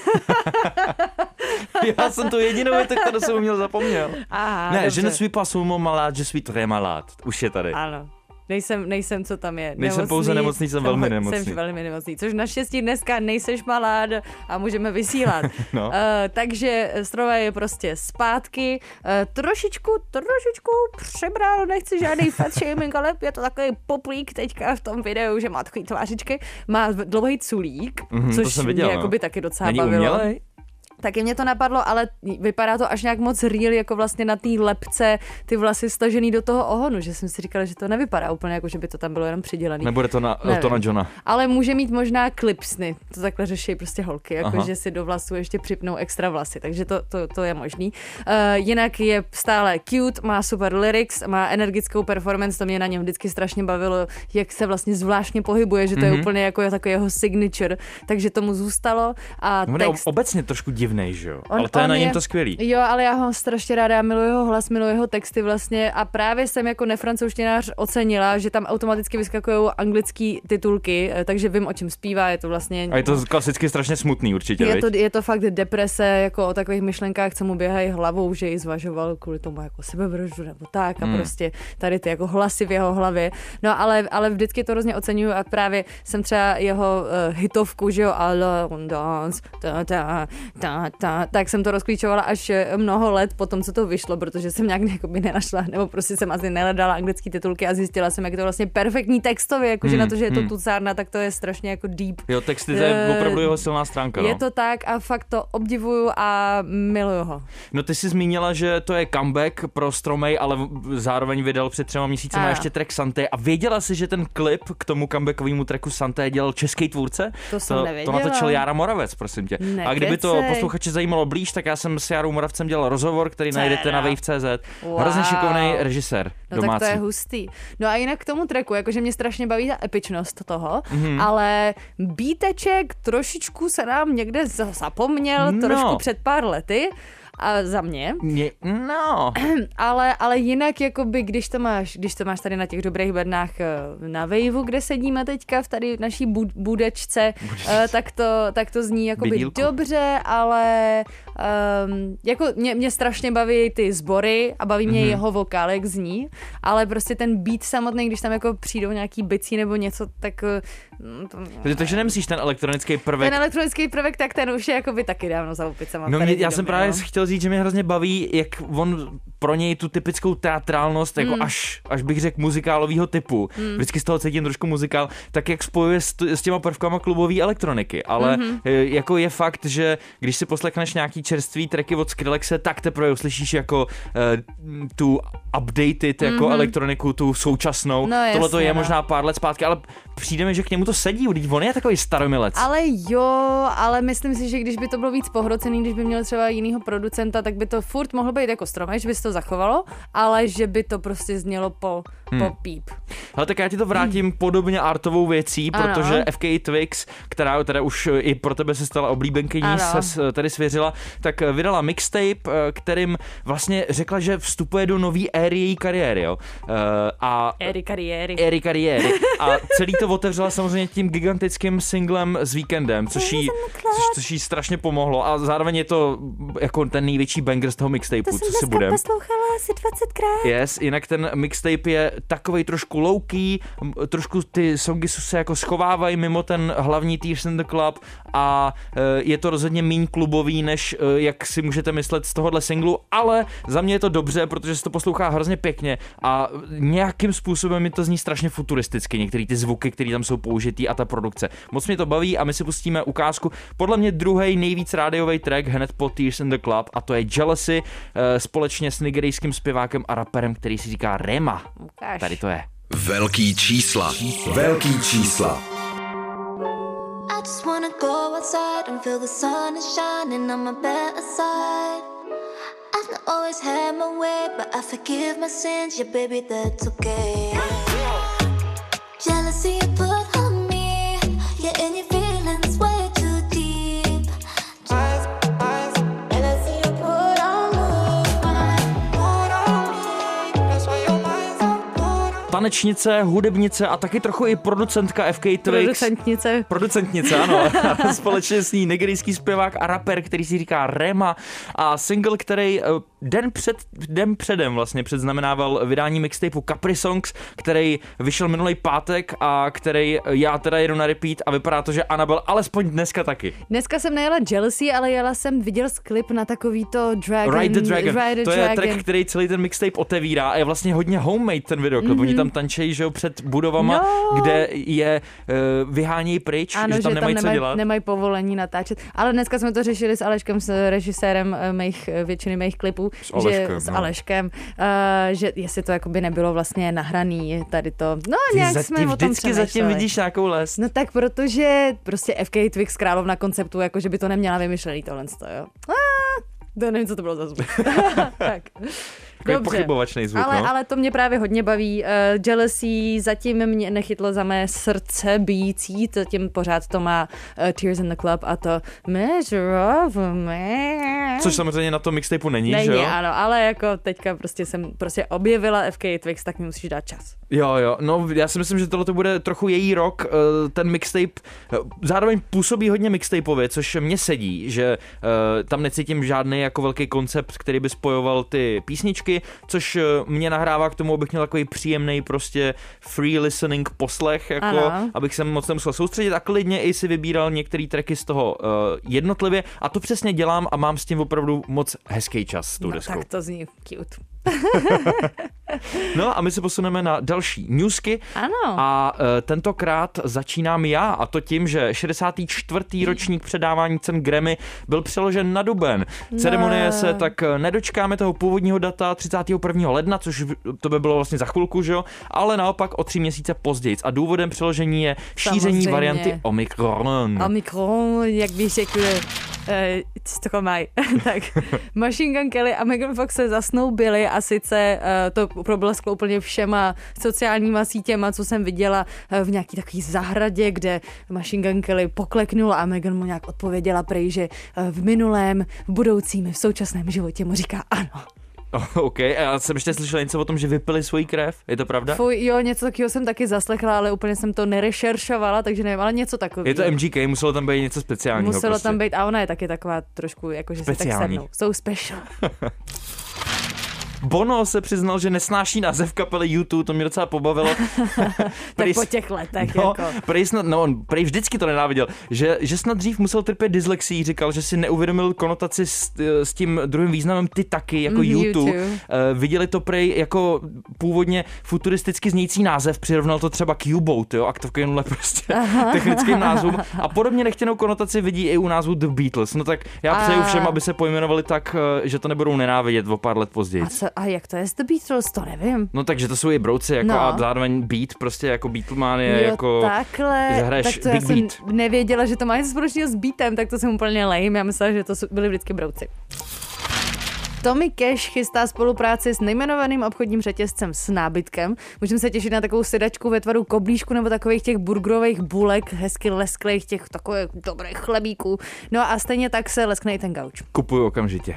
Já jsem tu jedinou větu, kterou jsem uměl zapomněl. Aha, ne, dobře. je ne suis pas seulement malade, je suis très malade. Už je tady. Ano. Nejsem, nejsem, co tam je. Nejsem nemocný, pouze nemocný, jsem velmi nemocný. Jsem velmi nemocný, což naštěstí dneska nejseš malád a můžeme vysílat. no. uh, takže Stromae je prostě zpátky. Uh, trošičku, trošičku přebral, nechci žádný fat shaming, ale je to takový poplík teďka v tom videu, že má takový tvářičky. Má dlouhý culík, mm-hmm, což to viděl, mě no. jakoby taky docela Není bavilo. umělej? Taky mě to napadlo, ale vypadá to až nějak moc real, jako vlastně na té lepce ty vlasy stažený do toho ohonu, že jsem si říkala, že to nevypadá úplně jako, že by to tam bylo jenom přidělený. Nebude to na Eltona Johna. Ale může mít možná klipsny, to takhle řeší prostě holky, jako Aha. že si do vlasů ještě připnou extra vlasy, takže to, to, to je možný. Uh, jinak je stále cute, má super lyrics, má energickou performance, to mě na něm vždycky strašně bavilo, jak se vlastně zvláštně pohybuje, že to mm-hmm. je úplně jako takový jeho signature, takže tomu zůstalo a no, text... obecně trošku divnej, že jo? On, ale to je na něm je, to skvělý. Jo, ale já ho strašně ráda, já miluji jeho hlas, miluji jeho texty vlastně a právě jsem jako nefrancouzštinář ocenila, že tam automaticky vyskakují anglický titulky, takže vím, o čem zpívá, je to vlastně... A je to klasicky strašně smutný určitě, je to, viď? je to fakt deprese, jako o takových myšlenkách, co mu běhají hlavou, že ji zvažoval kvůli tomu jako sebevraždu nebo tak a hmm. prostě tady ty jako hlasy v jeho hlavě. No ale, ale vždycky to hrozně oceňuju a právě jsem třeba jeho uh, hitovku, že jo, Alone Dance, ta, ta, ta, ta, tak jsem to rozklíčovala až mnoho let po tom, co to vyšlo, protože jsem nějak jakoby nenašla, nebo prostě jsem asi nehledala anglické titulky a zjistila jsem, jak to vlastně perfektní textově, jakože hmm. na to, že je to hmm. tucárna, tak to je strašně jako deep. Jo, texty, to je opravdu jeho silná stránka, no. Je to tak a fakt to obdivuju a miluju ho. No ty jsi zmínila, že to je comeback pro Stromae, ale zároveň vydal před třema měsícema a ještě track Santé. A věděla jsi, že ten klip k tomu comebackovému tracku Santé dělal český tvůrce? To jsem to, nevěděla. To natočil Jára Moravec, prosím tě. Nekecej. A kdyby to poslouchali posluchače zajímalo blíž, tak já jsem s Jarou Moravcem dělal rozhovor, který Teda. najdete na wave tečka cé zet. Wow. Hrozně šikovný režisér No domácí. tak to je hustý. No a jinak k tomu tracku, jakože mě strašně baví ta epičnost toho, Mhm. mm-hmm. ale bíteček trošičku se nám někde za- zapomněl, No. trošku před pár lety. A za mě. Mě, no. Ale, ale jinak, jakoby, když to máš, když to máš tady na těch dobrých bednách eh, na Waveu, kde sedíme teďka v tady naší bu- budečce, eh, tak, to, tak to zní jakoby Bydílku. dobře, ale um, jako mě, mě strašně baví ty sbory a baví mě Mhm. jeho vokál, jak zní, ale prostě ten beat samotný, když tam jako přijdou nějaký bicí nebo něco, tak eh, to, Takže nemusíš ten elektronický prvek. ten elektronický prvek, tak ten už je jakoby taky dávno za opicama. No tady mě, ty já jsem doby, právě no. chtěl říct, že mě hrozně baví, jak on pro něj tu typickou teatrálnost, jako Mm. až, až bych řekl muzikálového typu, Mm. vždycky z toho cítím trošku muzikál, tak jak spojuje s, t- s těma prvkama klubové elektroniky, ale Mhm. e, jako je fakt, že když si poslechneš nějaký čerstvý tracky od Skrillexe, tak teprve uslyšíš jako e, tu updated jako Mhm. elektroniku, tu současnou. No, Tohle to jasně, je no. možná pár let zpátky, ale přijde mi, že k němu to sedí, když on je takový staromilec. Ale jo, ale myslím si, že když by to bylo víc pohrocený, když by měl třeba jinýho producenta, tak by to furt mohlo být jako stromé, že by se to zachovalo, ale že by to prostě znělo po, Hmm. po píp. Ale tak já ti to vrátím podobně artovou věcí, Ano. protože F K Twigs, která teda už i pro tebe se stala oblíbenkyní, Ano. se s- tady svěřila, tak vydala mixtape, kterým vlastně řekla, že vstupuje do nový éry její kariéry, jo. Eh, A Éry kariéry. éry kariéry. A celý to otevřela samozřejmě tím gigantickým singlem s Weekendem, což jí, což, což jí strašně pomohlo. A zároveň je to jako ten největší banger z toho mixtapeu, co si budem. poslouchala asi dvacetkrát. Yes, jinak ten mixtape je takovej trošku low-key, m, trošku ty songy se jako schovávají mimo ten hlavní Tears in the Club a e, je to rozhodně míň klubový, než e, jak si můžete myslet z tohohle singlu, ale za mě je to dobře, protože se to poslouchá hrozně pěkně a nějakým způsobem mi to zní strašně futuristicky, některé ty zvuky, které tam jsou použitý a ta produkce. Moc mě to baví a my si pustíme ukázku. Podle mě druhý nejvíc rádiový track hned po Tears in the Club a to je Jealousy e, společně s nigerijským zpěvákem a raperem, který si říká Rema. Ukáž. Tady to je. Velký čísla. Velký čísla. I just wanna go outside and feel the sun is shining on my better side. I've not always had my way, but I forgive my sins, yeah baby that's okay. Jealousy you put on me, yeah and your feelings way too deep. Jealousy you put on me, put on me, that's why your mind's on put on. Tanečnice, hudebnice a taky trochu i producentka F K Twigs. Producentnice. Producentnice, ano. Společně s ní nigerijský zpěvák a rapper, který si říká Rema a single, který eh, den před, den předem vlastně předznamenával vydání mixtapeu Capri Songs, který vyšel minulý pátek a který já teda jedu na repeat a vypadá to, že Annabelle alespoň dneska taky. Dneska jsem nejela Jealousy, ale jela jsem, viděl jsi klip na takový to Dragon. Ride the Dragon. Ride the to Dragon. je track, který celý ten mixtape otevírá a je vlastně hodně homemade ten videoklip. Mm-hmm. Oni tam tančejí, že jo, před budovama, No. kde je uh, vyhánějí pryč, Ano, že tam nemají co nemají, dělat. nemají povolení natáčet. Ale dneska jsme to řešili s Aleškem, s režisérem eh, mých, eh, většiny mých klipů. S Aleškem, že, s no. Aleškem, uh, že jestli to jakoby nebylo vlastně nahraný tady to. No Ty, nějak za, jsme ty o tom vždycky zatím přemýšleli. vidíš nějakou les. No tak protože prostě F K Twigs královna konceptu, jako že by to neměla vymyšlený tohle, jo. Ah, to nevím, co to bylo za zvuk. Tak. Takový pochybovačný zvuk, ale, no. ale to mě právě hodně baví. Uh, Jealousy zatím mě nechytlo za mé srdce bijící, zatím pořád to má uh, Tears in the Club a to Measure of Me. Což samozřejmě na tom mixtapeu není, Není, že jo? ano, ale jako teďka prostě jsem prostě objevila F K Twigs, tak mi musíš dát čas. Jo, jo, no já si myslím, že tohle to bude trochu její rok, eh, ten mixtape eh, zároveň působí hodně mixtapeově, což mě sedí, že eh, tam necítím žádný jako velký koncept, který by spojoval ty písničky, což eh, mě nahrává k tomu, abych měl takový příjemný prostě free listening poslech, jako Ano. abych se moc nemusel soustředit a klidně i si vybíral některé tracky z toho eh, jednotlivě a to přesně dělám a mám s tím opravdu moc hezký čas s tou No deskou. tak to zní cute. No a my se posuneme na další newsky. Ano. A e, tentokrát začínám já, a to tím, že šedesátý čtvrtý ročník předávání cen Grammy byl přeložen na duben. Ceremonie Ne. se tak nedočkáme toho původního data třicátého prvního ledna, což to by bylo vlastně za chvilku, že jo, ale naopak o tři měsíce později. A důvodem přeložení je šíření Samozřejmě. varianty Omikron. Omikron, jak bych řekl, co to mají, tak Machine Gun Kelly a Megan Fox se zasnoubili a sice uh, to problesklo úplně všema sociálníma sítěma, co jsem viděla uh, v nějaký takový zahradě, kde Machine Gun Kelly pokleknul a Megan mu nějak odpověděla prej, že uh, v minulém, v budoucím, v současném životě mu říká ano. Oh, OK, a já jsem ještě slyšela něco o tom, že vypili svoji krev, je to pravda? Fuj, jo, něco takového jsem taky zaslechla, ale úplně jsem to nerešeršovala, takže nevím, ale něco takového. Je to M G K, muselo tam být něco speciálního. Muselo prostě. tam být, a ona je taky taková trošku, jakože se tak sednou. Jsou special. Bono se přiznal, že nesnáší název kapely U dva, to mě docela pobavilo. Tak po těch letech, no, jako. Prej, snad, no, on prej vždycky to nenáviděl, že, že snad dřív musel trpět dyslexii, říkal, že si neuvědomil konotaci s, s tím druhým významem ty taky, jako mm, U dva. Uh, viděli to prej jako původně futuristicky znějící název, přirovnal to třeba k U-boat, jo, a k takovýmhle prostě technickým názvům. A podobně nechtěnou konotaci vidí i u názvu The Beatles. No tak já přeju všem, aby se pojmenovali tak, že to nebudou nenávidět o pár let později. A jak to je z The Beatles, to nevím. No takže to jsou i brouci, jako no. A zároveň beat, prostě jako Beatleman je jo, jako... takhle, tak to já jsem beat. Nevěděla, že to má něco společného s beatem, tak to jsem úplně lame, já myslela, že to byli vždycky brouci. Tommy Cash chystá spolupráci s nejmenovaným obchodním řetězcem s nábytkem. Můžeme se těšit na takovou sedačku ve tvaru koblížku nebo takových těch burgerových bulek, hezky lesklých těch takových dobrých chlebíků. No a stejně tak se leskne i ten gauč. Kupuju okamžitě.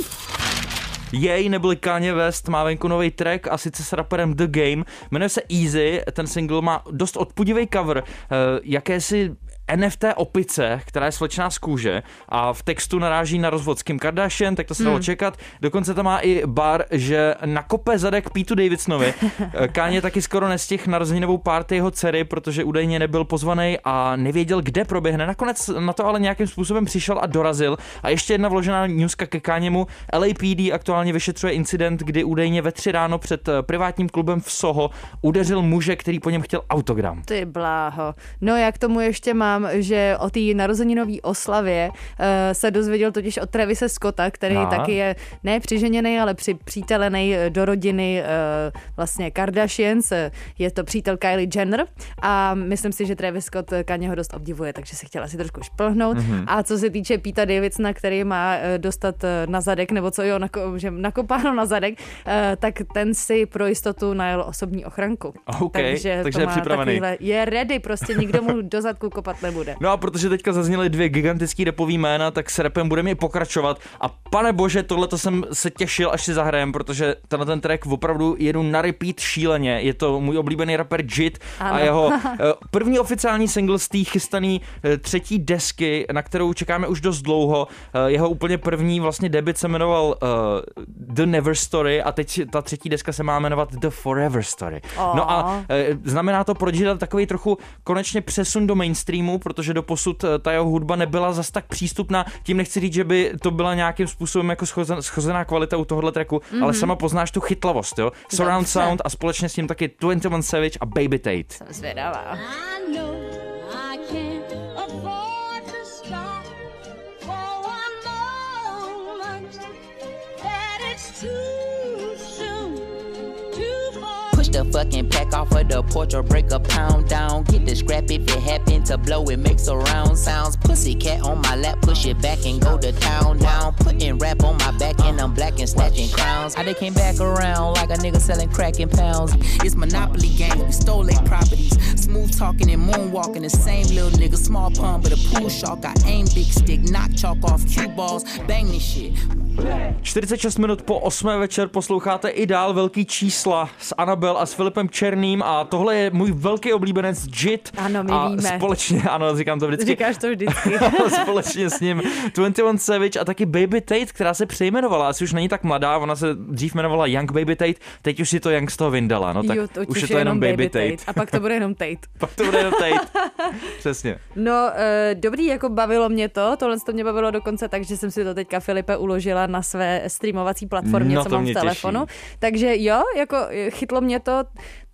Jej neboli Kanye West má venku nový track a sice s raperem The Game. Jmenuje se Easy, ten single má dost odpudivý cover, jakési N F T opice, která je slečná z kůže a v textu naráží na rozvod s Kim Kardashian, tak to se dalo hmm. čekat. Dokonce tam má i bar, že nakope zadek Pete Davidsonovi. Kanye taky skoro nestihl narozeninovou party jeho dcery, protože údajně nebyl pozvaný a nevěděl, kde proběhne. Nakonec na to ale nějakým způsobem přišel a dorazil. A ještě jedna vložená newska ke Kanyemu. L A P D aktuálně vyšetřuje incident, kdy údajně ve tři ráno před privátním klubem v Soho udeřil muže, který po něm chtěl autogram. Ty bláho. No já k tomu ještě mám, že o té narozeninové oslavě uh, se dozvěděl totiž od Travise Scotta, který Aha. taky je ne přiženěný, ale při přítelený do rodiny uh, vlastně Kardashians. Je to přítel Kylie Jenner a myslím si, že Travis Scott Kanyeho dost obdivuje, takže si chtěla si trošku šplhnout. Mm-hmm. A co se týče Peta Davidsona, který má uh, dostat uh, na zadek, nebo co jo, nako, že nakopáno na zadek, uh, tak ten si pro jistotu najel osobní ochranku. Okay, takže takže je připravený. Je ready, prostě nikdo mu do zadku kopat nebude. No a protože teďka zazněly dvě gigantický rapový jména, tak s rapem budeme i pokračovat. A pane bože, tohleto jsem se těšil, až si zahrajem, protože tenhle ten track opravdu jedu na repeat šíleně. Je to můj oblíbený rapper Jit a jeho první oficiální single z té chystaný třetí desky, na kterou čekáme už dost dlouho. Jeho úplně první vlastně debut se jmenoval uh, The Never Story a teď ta třetí deska se má jmenovat The Forever Story. Oh. No a uh, znamená to pro Jita takový trochu konečně přesun do mainstreamu, protože doposud ta jeho hudba nebyla zas tak přístupná. Tím nechci říct, že by to byla nějakým způsobem jako schozen, schozená kvalita u tohohle tracku, mm-hmm. ale sama poznáš tu chytlavost, jo? Surround Dobře. Sound a společně s ním taky Twenty One Savage a Baby Tate. Jsem zvědavá. The fucking pack off of the porch or break a pound down. Get the scrap if it happen to blow, it makes a round sounds. Pussycat on my lap, push it back and go to town down. Putting rap on my back and I'm black and snatching crowns. I they came back around like a nigga selling crack in pounds. It's Monopoly games, we stole their properties. Smooth talking and moonwalking, the same little nigga. Small pun but a pool shark. I aim big stick, knock chalk off cue balls. Bang this shit. čtyřicet šest minut po osmé večer posloucháte i dál velký čísla s Anabel a s Filipem Černým a tohle je můj velký oblíbenec Jit. Ano, my a víme. Společně, ano, říkám to vždycky. Říkáš to vždycky. Společně s ním Twenty One Savage a taky Baby Tate, která se přejmenovala, asi už není tak mladá, ona se dřív jmenovala Young Baby Tate, teď už si to Young z toho vyndala, no tak jo, už je to jenom Baby, Baby Tate. Tate. A pak to bude jenom Tate. Pak to bude jenom Tate. Přesně. No, uh, dobrý, jako bavilo mě to, tohle to mě bavilo dokonce tak, že jsem si to teďka, Filipe, uložila na své streamovací platformě, no, co mám v telefonu. Těší. Takže jo, jako chytlo mě to.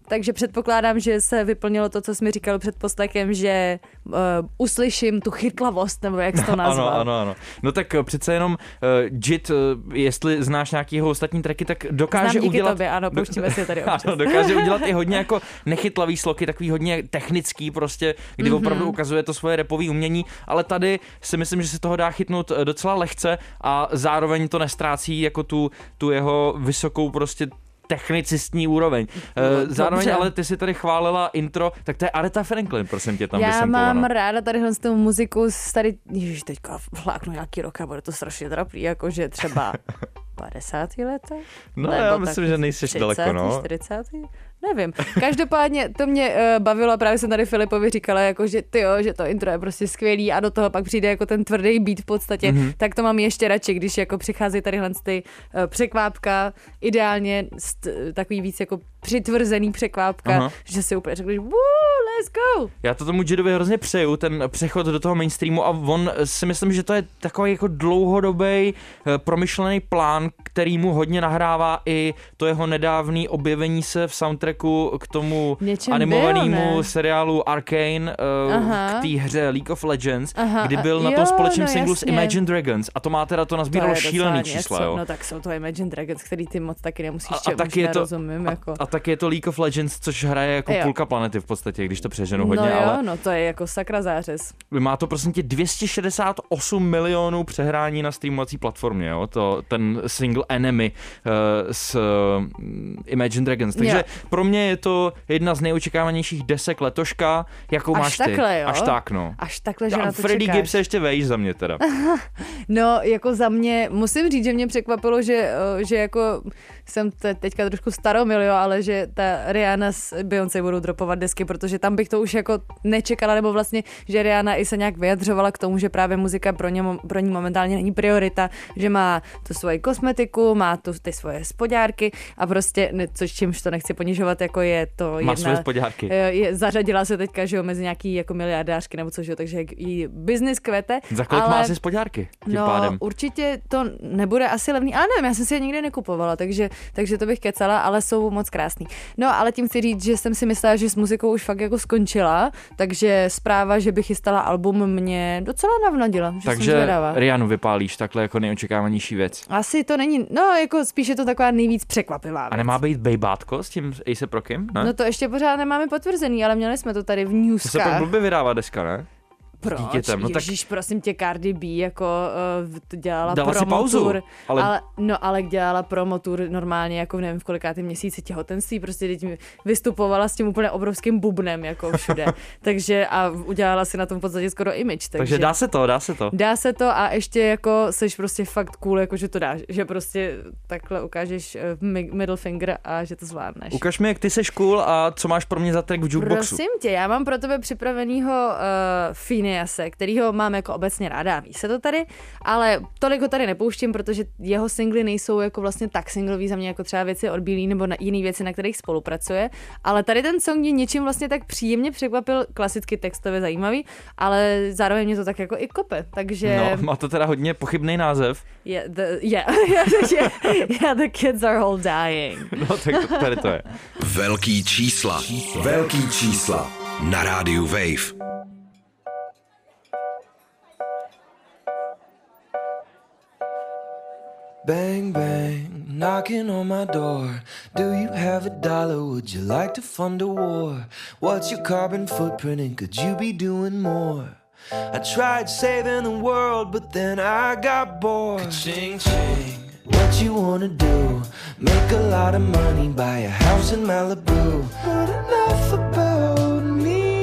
takže předpokládám, že se vyplnilo to, co jsi mi říkal před poslechem, že uh, uslyším tu chytlavost, nebo jak jsi to nazval. Ano, ano, ano. No tak přece jenom uh, Jit, uh, jestli znáš nějaký jeho ostatní tracky, tak dokáže Znám díky udělat... tobě, ano, pouštíme si je tady občas. Ano, dokáže udělat i hodně jako nechytlavý sloky, takový hodně technický prostě, kdy mm-hmm. opravdu ukazuje to svoje rapový umění, ale tady si myslím, že se toho dá chytnout docela lehce a zároveň to nestrácí jako tu, tu jeho vysokou prostě technicistní úroveň. No, zároveň dobře. Ale ty si tady chválila intro, tak to je Aretha Franklin, prosím tě, tam Já mám ráda tadyhle s tou muziku, tady, ježiš, teďka vláknu nějaký rok a bude to strašně trapný, jakože třeba padesátá leta? No já myslím, že nejsiš daleko, no. čtyřicátá Nevím. Každopádně to mě uh, bavilo, právě jsem tady Filipovi říkala, jako, že tyjo, že to intro je prostě skvělý a do toho pak přijde jako ten tvrdý beat v podstatě, mm-hmm. tak to mám ještě radši, když jako přichází tadyhle ty uh, překvápka, ideálně st, takový víc jako přitvrzený překvápka, aha. že si úplně řekneš, let's go. Já to tomu Jidovi hrozně přeju, ten přechod do toho mainstreamu a on si myslím, že to je takový jako dlouhodobý uh, promyšlený plán, který mu hodně nahrává i to jeho nedávný objevení se v soundtracku k tomu Něčem animovanému byl, seriálu Arcane, uh, k té hře League of Legends, aha, kdy byl na jo, tom společném no, singlu jasně. s Imagine Dragons a to má teda, to nazbíralo to šílený čísla, jo. No tak jsou to Imagine Dragons, který ty moc taky nemusíš, a, a taky je to, nerozumím, a, jako. a taky je to League of Legends, což hraje jako jo. půlka planety v podstatě, když to přeženu hodně, no jo, ale... no to je jako sakra zářez. Má to prostě tě dvě stě šedesát osm milionů přehrání na streamovací platformě, jo, to, ten single Enemy uh, s uh, Imagine Dragons, takže jo. pro mě je to jedna z nejočekávanějších desek letoška, jakou Až máš ty. Takhle, jo? Až tak, no. Až takhle, že a na to Freddie čekáš. Gibbs se ještě vejíš za mě teda. No, jako za mě, musím říct, že mě překvapilo, že, že jako jsem te, teďka trošku staromil, jo, ale že ta Rihanna s Beyoncé budou dropovat desky, protože tam bych to už jako nečekala, nebo vlastně, že Rihanna i se nějak vyjadřovala k tomu, že právě muzika pro, ně, pro ní momentálně není priorita, že má tu svoji kosmetiku, má tu ty svoje spodňárky a prostě, ne, což čímž to nechci ponižovat, jako je to má jedna... svoje spodňárky. Je, zařadila se teďka, že jo, mezi nějaký jako miliardářky nebo což jo, takže jí biznis kvete. Za kolik ale... má asi spodňárky tím no, pádem? určitě to nebude asi levný, ale nevím, já jsem si je nikdy nekupovala, takže, takže to bych kecala, ale jsou moc krásný. No, ale tím chci říct, že jsem si myslela, že s muzikou už fakt jako skončila, takže zpráva, že bych chystala album, mě docela navnadila, že takže jsem zvědavá. Rihannu vypálíš takhle jako nejočekávanější věc. Asi to není, no jako spíš je to taková nejvíc překvapivá věc. A nemá být bejbátko s tím A$ej Rockem, ne? No to ještě pořád nemáme potvrzený, ale měli jsme to tady v To se pak newskách. blbě vydává deska, ne? Proč? Dítětem. No Ježíš, tak... prosím tě, Cardi B jako uh, dělala Dala si promotur. pauzu, ale... ale... No, ale dělala promotur normálně, jako nevím v kolikátém měsíci těhotenství, prostě teď vystupovala s tím úplně obrovským bubnem, jako všude. takže a udělala si na tom v podstatě skoro image. Takže, takže dá se to, dá se to. Dá se to a ještě jako seš prostě fakt cool, jako že to dáš, že prostě takhle ukážeš middle finger a že to zvládneš. Ukaž mi, jak ty seš cool a co máš pro mě za track v jukeboxu. Prosím tě, já mám pro tebe připravenýho uh, Finnease, kterýho mám jako obecně ráda, ví se to tady, ale tolik ho tady nepouštím, protože jeho singly nejsou jako vlastně tak singlový za mě jako třeba věci od Bílý nebo na jiný věci, na kterých spolupracuje, ale tady ten song mě něčím vlastně tak příjemně překvapil, klasicky textově zajímavý, ale zároveň mě to tak jako i kope, takže... No, má to teda hodně pochybný název. Yeah, the, yeah, yeah, yeah, the kids are all dying. No, tak to, tady to je. Velký čísla. Velký čísla. Na rádiu Wave. Bang, bang, knocking on my door. Do you have a dollar? Would you like to fund a war? What's your carbon footprint and could you be doing more? I tried saving the world, but then I got bored. Ka-ching, ching. What you wanna do? Make a lot of money, buy a house in Malibu. But enough about me.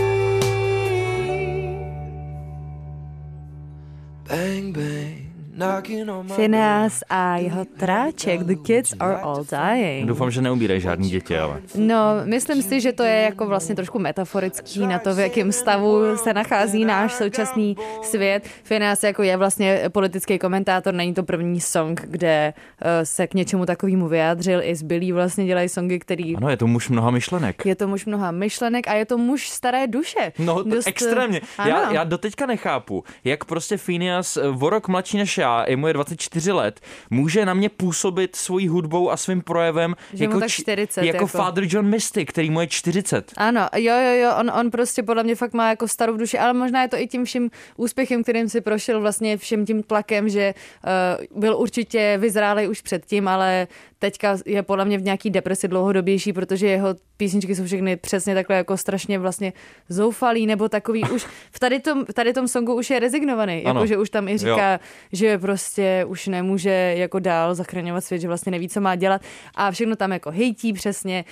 Bang, bang. Finneas a jeho tráček The Kids Are All Dying. Doufám, že neumírají žádný děti, ale... No, myslím si, že to je jako vlastně trošku metaforický na to, v jakém stavu se nachází náš současný svět. Finneas jako je vlastně politický komentátor, není to první song, kde uh, se k něčemu takovému vyjádřil. I z Billy vlastně dělají songy, který... Ano, je to muž mnoha myšlenek. Je to muž mnoha myšlenek a je to muž staré duše. No, Dost... extrémně. Já, já doteďka nechápu, jak prostě Finneas o rok mladší než já, je mu je dvacet čtyři let, může na mě působit svojí hudbou a svým projevem že jako, tak čtyřicet, jako, jako Father John Misty, který mu je čtyřicet. Ano, jo, jo, jo, on, on prostě podle mě fakt má jako starou duši, ale možná je to i tím vším úspěchem, kterým si prošel, vlastně všem tím tlakem, že uh, byl určitě vyzrálej už předtím, ale teďka je podle mě v nějaký depresi dlouhodobější, protože jeho písničky jsou všechny přesně takhle jako strašně vlastně zoufalý, nebo takový už, v tady tom, tady tom songu už je rezignovaný, jako že už tam i říká, jo. že prostě už nemůže jako dál zachraňovat svět, že vlastně neví, co má dělat a všechno tam jako hejtí přesně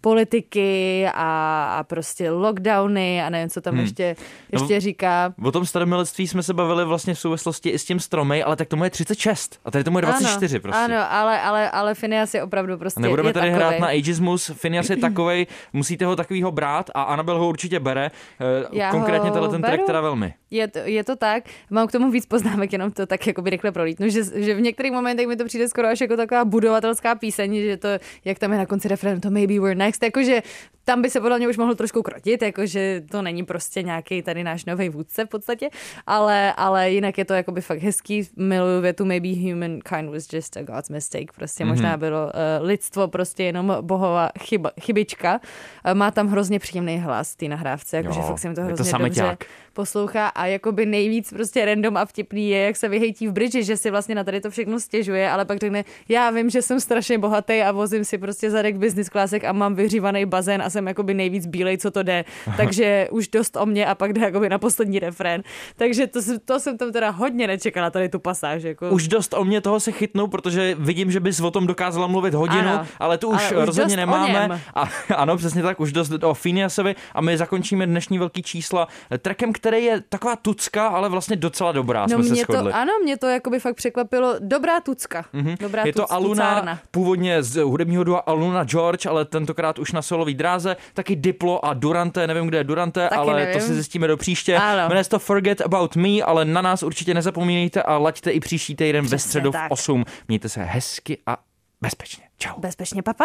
politiky a, a prostě lockdowny a nevím, co tam hmm. ještě, ještě no, říká. O tom staromilectví jsme se bavili vlastně v souvislosti i s tím Stromej, ale tak tomu je třicet šest a tady tomu je dvacet čtyři ano, prostě. Ano, ale, ale, ale Phineas je opravdu prostě. A nebudeme je tady takovej. hrát na ageismus, Phineas je takovej, musíte ho takovýho brát a Annabelle ho určitě bere. Já Konkrétně tenhle ten track teda velmi. Je to, je to tak, mám k tomu víc poznámek, jenom to tak jakoby rychle prolítnu, že, že v některých momentech mi to přijde skoro až jako taková budovatelská píseň, že to, jak tam je na konci referendum, to maybe we're next, jakože tam by se podle mě už mohl trošku krotit, jakože to není prostě nějaký tady náš nový vůdce v podstatě, ale, ale jinak je to jakoby fakt hezký, miluju větu maybe humankind was just a God's mistake, prostě mm-hmm. možná bylo uh, lidstvo prostě jenom bohová chyba, chybička, uh, má tam hrozně příjemný hlas v té nahrávce, jakože fakt se mi to hrozně to dobře poslouchá a jakoby nejvíc prostě random a vtipný je, jak se vyhejtí v bridži, že si vlastně na tady to všechno stěžuje, ale pak řekne, já vím, že jsem strašně bohatý a vozím si prostě zadek business classek a mám vyhřívaný bazén a jsem jakoby nejvíc bílej, co to jde, takže už dost o mě a pak jde jakoby na poslední refrén. Takže to, to jsem tam teda hodně nečekala, tady tu pasáž. Jako. Už dost o mě toho se chytnou, protože vidím, že bys o tom dokázala mluvit hodinu, ano, ale tu už, už rozhodně nemáme. A, ano, přesně tak, už dost o Phineasovi a my zakončíme dnešní velký čísla trackem, který je taková tucka, ale vlastně docela dobrá, no jsme se shodli. To, ano, mě to jakoby fakt překvapilo. Dobrá tucka. Mm-hmm. Dobrá je to tuc, Aluna, tucárna. Původně z hudebního dua Aluna George, ale tentokrát už na solový dráze. Taky Diplo a Durante, nevím, kde je Durante, taky ale nevím. To si zjistíme do příště. Jmenuje se to Forget About Me, ale na nás určitě nezapomínejte a laďte i příští týden ve středu v osm. Mějte se hezky a bezpečně. Čau. Bezpečně, papa.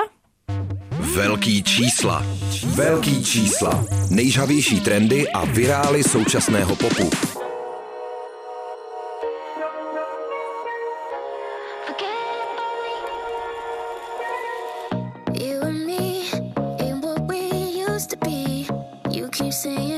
Velký čísla. Velký čísla. Nejžhavější trendy a virály současného popu. You and me ain't what we used to be. You keep saying